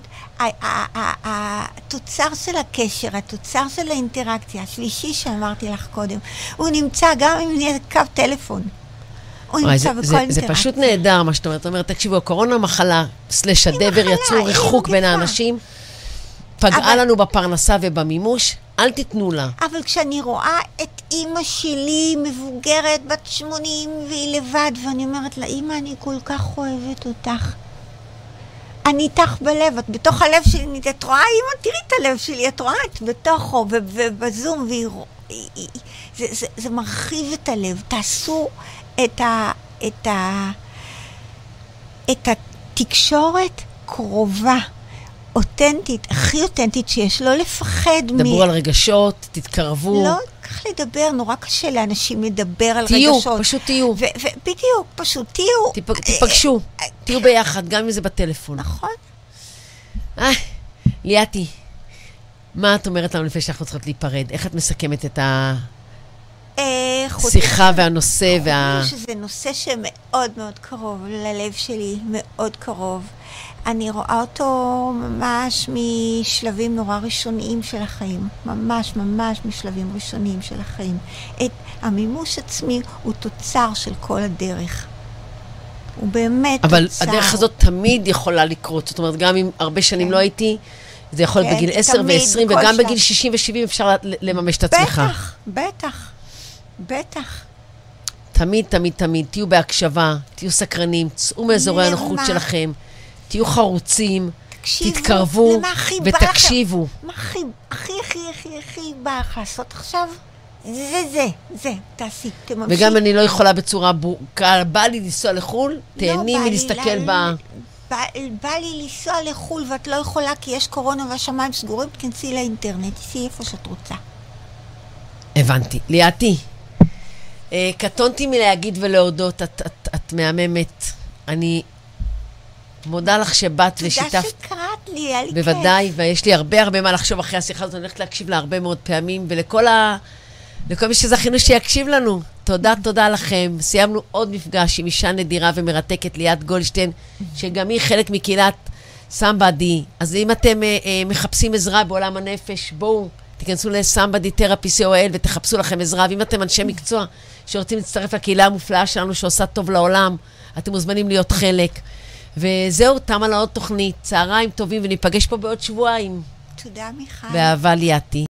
התוצר של הקשר, התוצר של האינטראקציה, השלישי שאמרתי לך קודם, הוא נמצא גם אם יהיה קו טלפון. הוא נמצא בכל אינטראקציה. זה פשוט נהדר מה שאתה אומרת. זאת אומרת, תקשיבו, הקורונה מחלה, סלש הדבר, יצרו ריחוק בין האנשים, פגעה לנו בפרנסה ובמימוש, אל תיתנו לה. אבל כשאני רואה את אימא שלי מבוגרת, בת 80, והיא לבד, ואני אומרת לה, אימא, אני כל כך אוהבת אותך. אני איתך בלב, את בתוך הלב שלי, את רואה, אימא, תראי את הלב שלי, את רואה, את בתוכו, ובזום, זה מרחיב את הלב. תעשו את התקשורת קרובה, אותנטית, הכי אותנטית שיש, לא לפחד דברו על רגשות, תתקרבו. לא כך לדבר, נורא קשה לאנשים לדבר על תהיו, רגשות. פשוט תהיו. בדיוק, פשוט תהיו. תיפגשו, תהיו ביחד, גם אם זה בטלפון. נכון. ליאתי, מה את אומרת לנו לפני שאנחנו צריכות להיפרד? איך את מסכמת את השיחה והנושא? שזה נושא שמאוד מאוד קרוב ללב שלי, מאוד קרוב. אני רואה אותו ממש משלבים נורא ראשוניים של החיים. ממש משלבים ראשוניים של החיים. המימוש עצמי הוא תוצר של כל הדרך. הוא באמת תוצר. אבל הדרך הזאת תמיד יכולה לקרות. זאת אומרת, גם אם הרבה שנים לא הייתי, זה יכול להיות בגיל 10 ו-20, וגם בגיל 60 ו-70 אפשר לממש את עצמך. בטח. תמיד, תהיו בהקשבה, תהיו סקרנים, צאו מאזורי הנוחות שלכם, תהיו חרוצים, תתקרבו ותקשיבו. מה הכי בא לך לעשות עכשיו? זה, תעשי, תממשי. וגם אני לא יכולה בצורה בוקה, בא לי לנסוע לחול, תהני מלהסתכל בא לי לנסוע לחול ואת לא יכולה כי יש קורונה והשמיים סגורים, תכנסי לאינטרנט, תעשי איפה שאת רוצה. הבנתי. ליאתי, קטונתי מלהגיד ולהודות, את מהממת. אני מודה לך שבאת ושיתפת. תודה שקראת לי, היה לי כיף. בוודאי, ויש לי הרבה מה לחשוב אחרי השיחה הזאת, אני הולכת להקשיב לה הרבה מאוד פעמים, ולכל מי שזכינו שיקשיב לנו. תודה לכם. סיימנו עוד מפגש עם אישה נדירה ומרתקת, ליאת גולדשטיין, שגם היא חלק מקהילת Somebody. אז אם אתם מחפשים עזרה בעולם הנפש, בואו, תיכנסו ל-Somebody Therapy COL ותחפשו לכם עזרה. ואם אתם אנשי מקצוע שרוצים להצטרף לקהילה המופלאה שלנו שעושה טוב לעולם, אתם מוזמנים להיות חלק. וזהו, תמה לעוד תוכנית. צהריים טובים, וניפגש פה בעוד שבועיים. תודה, מיכל. באהבה, ליאתי.